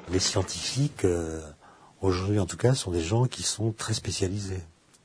Les scientifiques, aujourd'hui en tout cas, sont des gens qui sont très spécialisés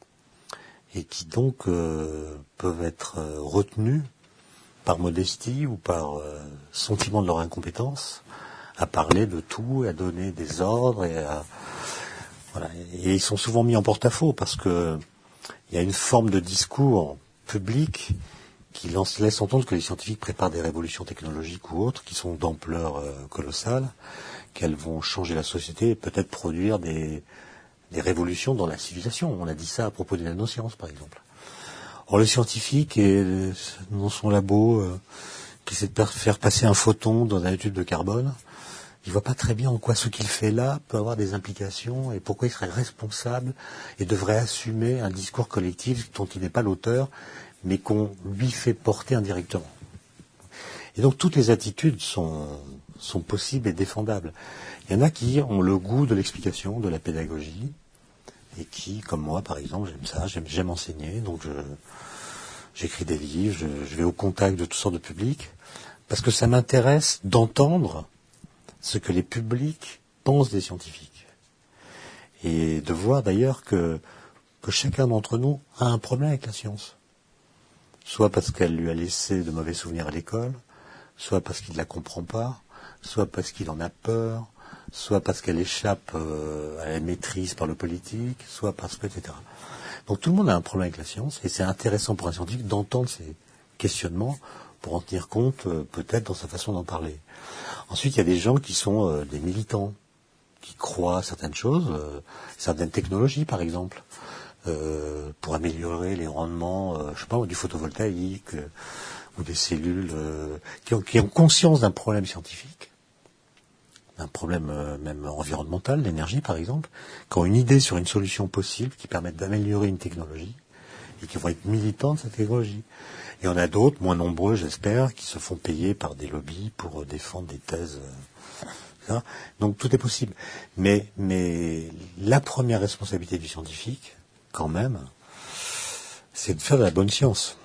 et qui donc peuvent être retenus par modestie ou par sentiment de leur incompétence à parler de tout, à donner des ordres voilà. Et ils sont souvent mis en porte-à-faux parce que il y a une forme de discours public qui laisse entendre que les scientifiques préparent des révolutions technologiques ou autres qui sont d'ampleur colossale, qu'elles vont changer la société et peut-être produire des révolutions dans la civilisation. On a dit ça à propos des nanosciences, par exemple. Or, le scientifique est dans son labo qui essaie de faire passer un photon dans un tube de carbone. Il voit pas très bien en quoi ce qu'il fait là peut avoir des implications et pourquoi il serait responsable et devrait assumer un discours collectif dont il n'est pas l'auteur, mais qu'on lui fait porter indirectement. Et donc toutes les attitudes sont possibles et défendables. Il y en a qui ont le goût de l'explication, de la pédagogie, et qui, comme moi par exemple, j'aime ça, j'aime enseigner, donc j'écris des livres, je vais au contact de toutes sortes de publics, parce que ça m'intéresse d'entendre ce que les publics pensent des scientifiques. Et de voir d'ailleurs que chacun d'entre nous a un problème avec la science. Soit parce qu'elle lui a laissé de mauvais souvenirs à l'école, soit parce qu'il ne la comprend pas, soit parce qu'il en a peur, soit parce qu'elle échappe à la maîtrise par le politique, soit parce que, etc. Donc tout le monde a un problème avec la science, et c'est intéressant pour un scientifique d'entendre ces questionnements pour en tenir compte peut-être dans sa façon d'en parler. Ensuite, il y a des gens qui sont des militants, qui croient à certaines choses, certaines technologies par exemple, pour améliorer les rendements, je sais pas, du photovoltaïque ou des cellules qui ont conscience d'un problème scientifique, d'un problème même environnemental, l'énergie par exemple, qui ont une idée sur une solution possible qui permette d'améliorer une technologie et qui vont être militants de cette technologie. Et on a d'autres, moins nombreux j'espère, qui se font payer par des lobbies pour défendre des thèses. Donc tout est possible. Mais la première responsabilité du scientifique, quand même, c'est de faire de la bonne science.